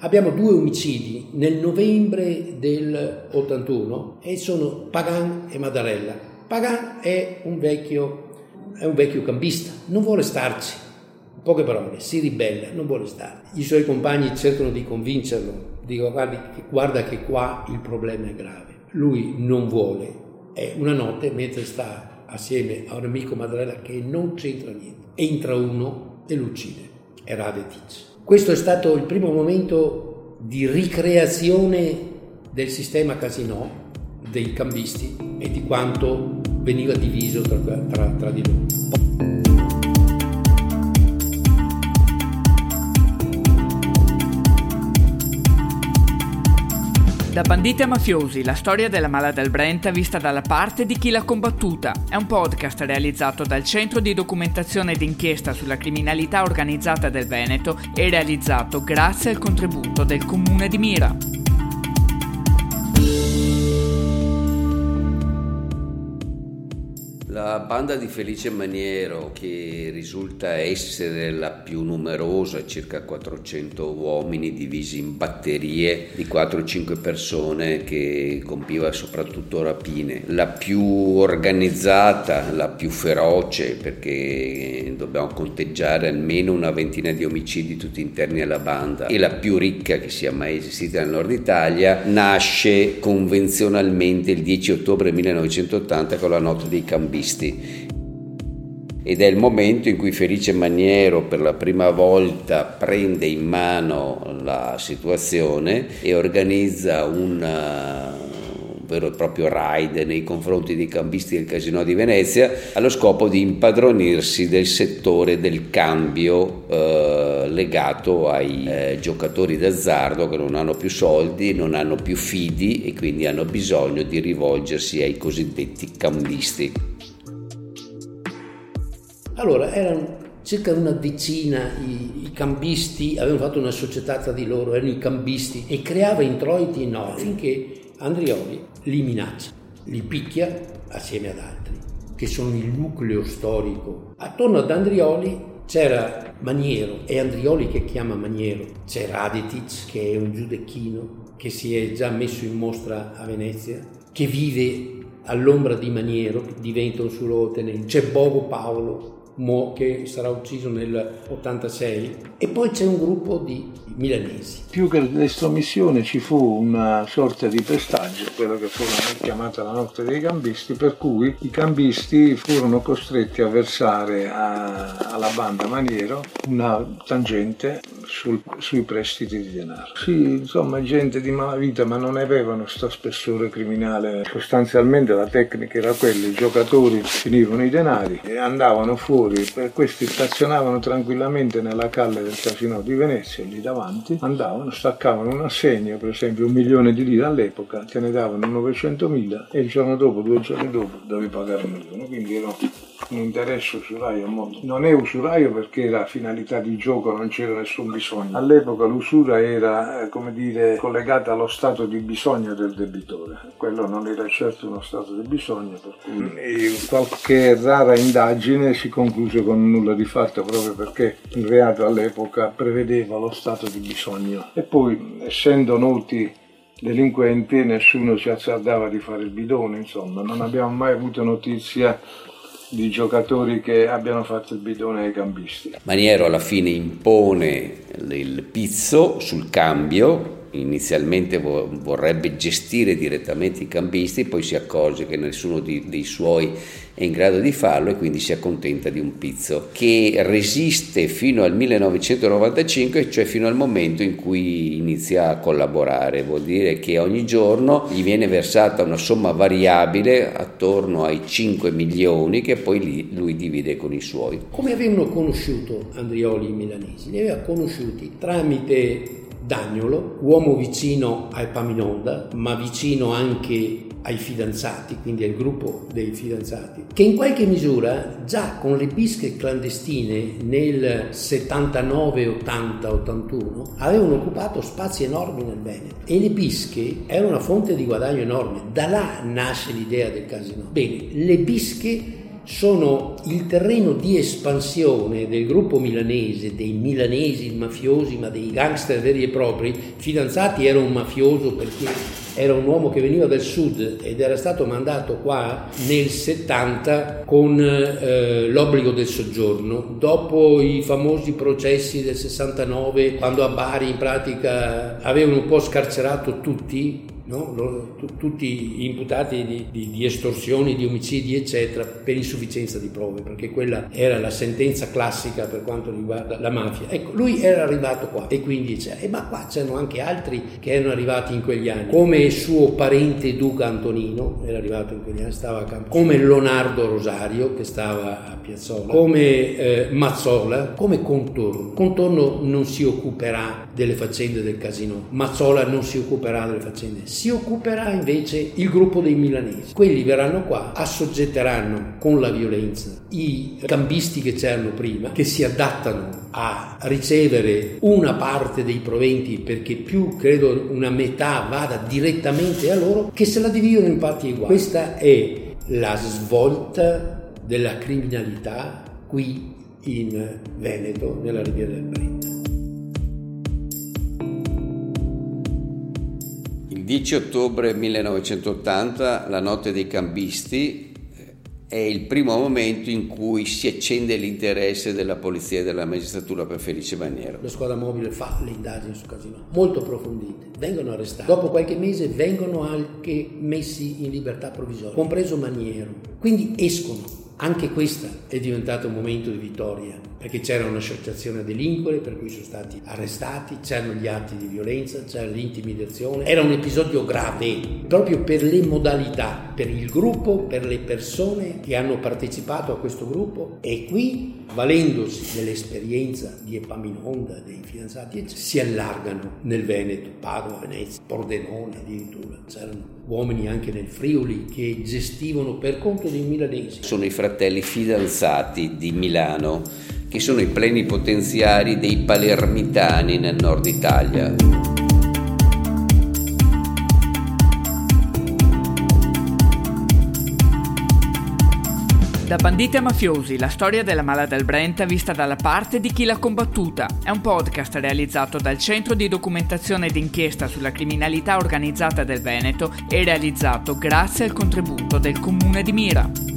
Abbiamo 2 omicidi nel novembre del 81 e sono Pagan e Madarella. Pagan è un vecchio campista, non vuole starci, in poche parole, si ribella, non vuole stare. I suoi compagni cercano di convincerlo, dicono guarda che qua il problema è grave. Lui non vuole, e una notte mentre sta assieme a un amico Madarella che non c'entra niente, entra uno e lo uccide, è Radetic. Questo è stato il primo momento di ricreazione del sistema Casino, dei cambisti e di quanto veniva diviso tra di loro. Da banditi a mafiosi, la storia della Mala del Brenta vista dalla parte di chi l'ha combattuta. È un podcast realizzato dal Centro di Documentazione ed Inchiesta sulla Criminalità Organizzata del Veneto e realizzato grazie al contributo del Comune di Mira. La banda di Felice Maniero, che risulta essere la più numerosa, circa 400 uomini divisi in batterie di 4-5 persone, che compiva soprattutto rapine, la più organizzata, la più feroce, perché dobbiamo conteggiare almeno una ventina di omicidi tutti interni alla banda, e la più ricca che sia mai esistita nel nord Italia, nasce convenzionalmente il 10 ottobre 1980 con la notte dei cambisti. Ed è il momento in cui Felice Maniero per la prima volta prende in mano la situazione e organizza un vero e proprio raid nei confronti dei cambisti del Casino di Venezia, allo scopo di impadronirsi del settore del cambio legato ai giocatori d'azzardo che non hanno più soldi, non hanno più fidi e quindi hanno bisogno di rivolgersi ai cosiddetti cambisti. Allora, erano circa una decina i cambisti, avevano fatto una società tra di loro, erano i cambisti, e creava introiti enormi, finché Andrioli li minaccia, li picchia assieme ad altri, che sono il nucleo storico. Attorno ad Andrioli c'era Maniero, e Andrioli che chiama Maniero, c'è Radetic, che è un giudecchino, che si è già messo in mostra a Venezia, che vive all'ombra di Maniero, che diventa un suo tenente, c'è Bobo Paolo, che sarà ucciso nel 86, e poi c'è un gruppo di milanesi. Più che l'estromissione ci fu una sorta di pestaggio, quello che fu chiamata la notte dei cambisti, per cui i cambisti furono costretti a versare alla banda Maniero una tangente sui prestiti di denaro. Sì, insomma, gente di malavita, ma non avevano sto spessore criminale. Sostanzialmente la tecnica era quella: i giocatori finivano i denari e andavano fuori, per questi stazionavano tranquillamente nella calle del Casino di Venezia, lì davanti, andavano, staccavano un assegno, per esempio 1 milione di lire all'epoca, te ne davano 900.000 e il giorno dopo, 2 giorni dopo, dovevi pagare 1 milione, quindi era un interesse usuraio. Non è usuraio perché la finalità di gioco non c'era nessun bisogno. All'epoca l'usura era, come dire, collegata allo stato di bisogno del debitore. Quello non era certo uno stato di bisogno, per cui qualche rara indagine si concluse con nulla di fatto, proprio perché il reato all'epoca prevedeva lo stato di bisogno. E poi, essendo noti delinquenti, nessuno si azzardava di fare il bidone, insomma. Non abbiamo mai avuto notizia di giocatori che abbiano fatto il bidone ai cambisti. Maniero alla fine impone il pizzo sul cambio. Inizialmente vorrebbe gestire direttamente i cambisti, poi si accorge che nessuno dei suoi è in grado di farlo e quindi si accontenta di un pizzo che resiste fino al 1995, cioè fino al momento in cui inizia a collaborare. Vuol dire che ogni giorno gli viene versata una somma variabile attorno ai 5 milioni che poi lui divide con i suoi. Come avevano conosciuto Andrioli i milanesi? Li aveva conosciuti tramite Dagnolo, uomo vicino a Epaminonda, ma vicino anche ai fidanzati, quindi al gruppo dei fidanzati, che in qualche misura già con le bische clandestine nel 79, 80, 81 avevano occupato spazi enormi nel Veneto, e le bische erano una fonte di guadagno enorme. Da là nasce l'idea del casino. Bene, le bische sono il terreno di espansione del gruppo milanese, dei milanesi mafiosi, ma dei gangster veri e propri. Fidanzati era un mafioso perché era un uomo che veniva dal sud ed era stato mandato qua nel 70 con l'obbligo del soggiorno, dopo i famosi processi del 69, quando a Bari in pratica avevano un po' scarcerato tutti, no? Tutti imputati di estorsioni, di omicidi eccetera, per insufficienza di prove, perché quella era la sentenza classica per quanto riguarda la mafia. Ecco, lui era arrivato qua e quindi ma qua c'erano anche altri che erano arrivati in quegli anni, come il suo parente Duca Antonino era arrivato in quegli anni, stava a Campo, come Leonardo Rosario che stava a Piazzola, come Mazzola, come Contorno non si occuperà delle faccende del casino, Mazzola non si occuperà delle faccende, si occuperà invece il gruppo dei milanesi. Quelli verranno qua, assoggetteranno con la violenza i cambisti che c'erano prima, che si adattano a ricevere una parte dei proventi, perché più credo una metà vada direttamente a loro, che se la dividono in parti uguali. Questa è la svolta della criminalità qui in Veneto, nella Riviera del Brenta. Il 10 ottobre 1980, la notte dei cambisti, è il primo momento in cui si accende l'interesse della polizia e della magistratura per Felice Maniero. La squadra mobile fa le indagini sul casino, molto approfondite, vengono arrestati. Dopo qualche mese vengono anche messi in libertà provvisoria, compreso Maniero. Quindi escono. Anche questa è diventata un momento di vittoria, perché c'era un'associazione a delinquere per cui sono stati arrestati, c'erano gli atti di violenza, c'era l'intimidazione, era un episodio grave proprio per le modalità, per il gruppo, per le persone che hanno partecipato a questo gruppo, e qui, valendosi dell'esperienza di Epaminonda, dei fidanzati, eccetera, si allargano nel Veneto, Padova, Venezia, Pordenone addirittura, c'erano uomini anche nel Friuli che gestivano per conto dei milanesi. Sono i fratelli fidanzati di Milano, che sono i plenipotenziari dei palermitani nel nord Italia. Da banditi a mafiosi, la storia della Mala del Brenta vista dalla parte di chi l'ha combattuta. È un podcast realizzato dal Centro di Documentazione ed Inchiesta sulla Criminalità Organizzata del Veneto e realizzato grazie al contributo del Comune di Mira.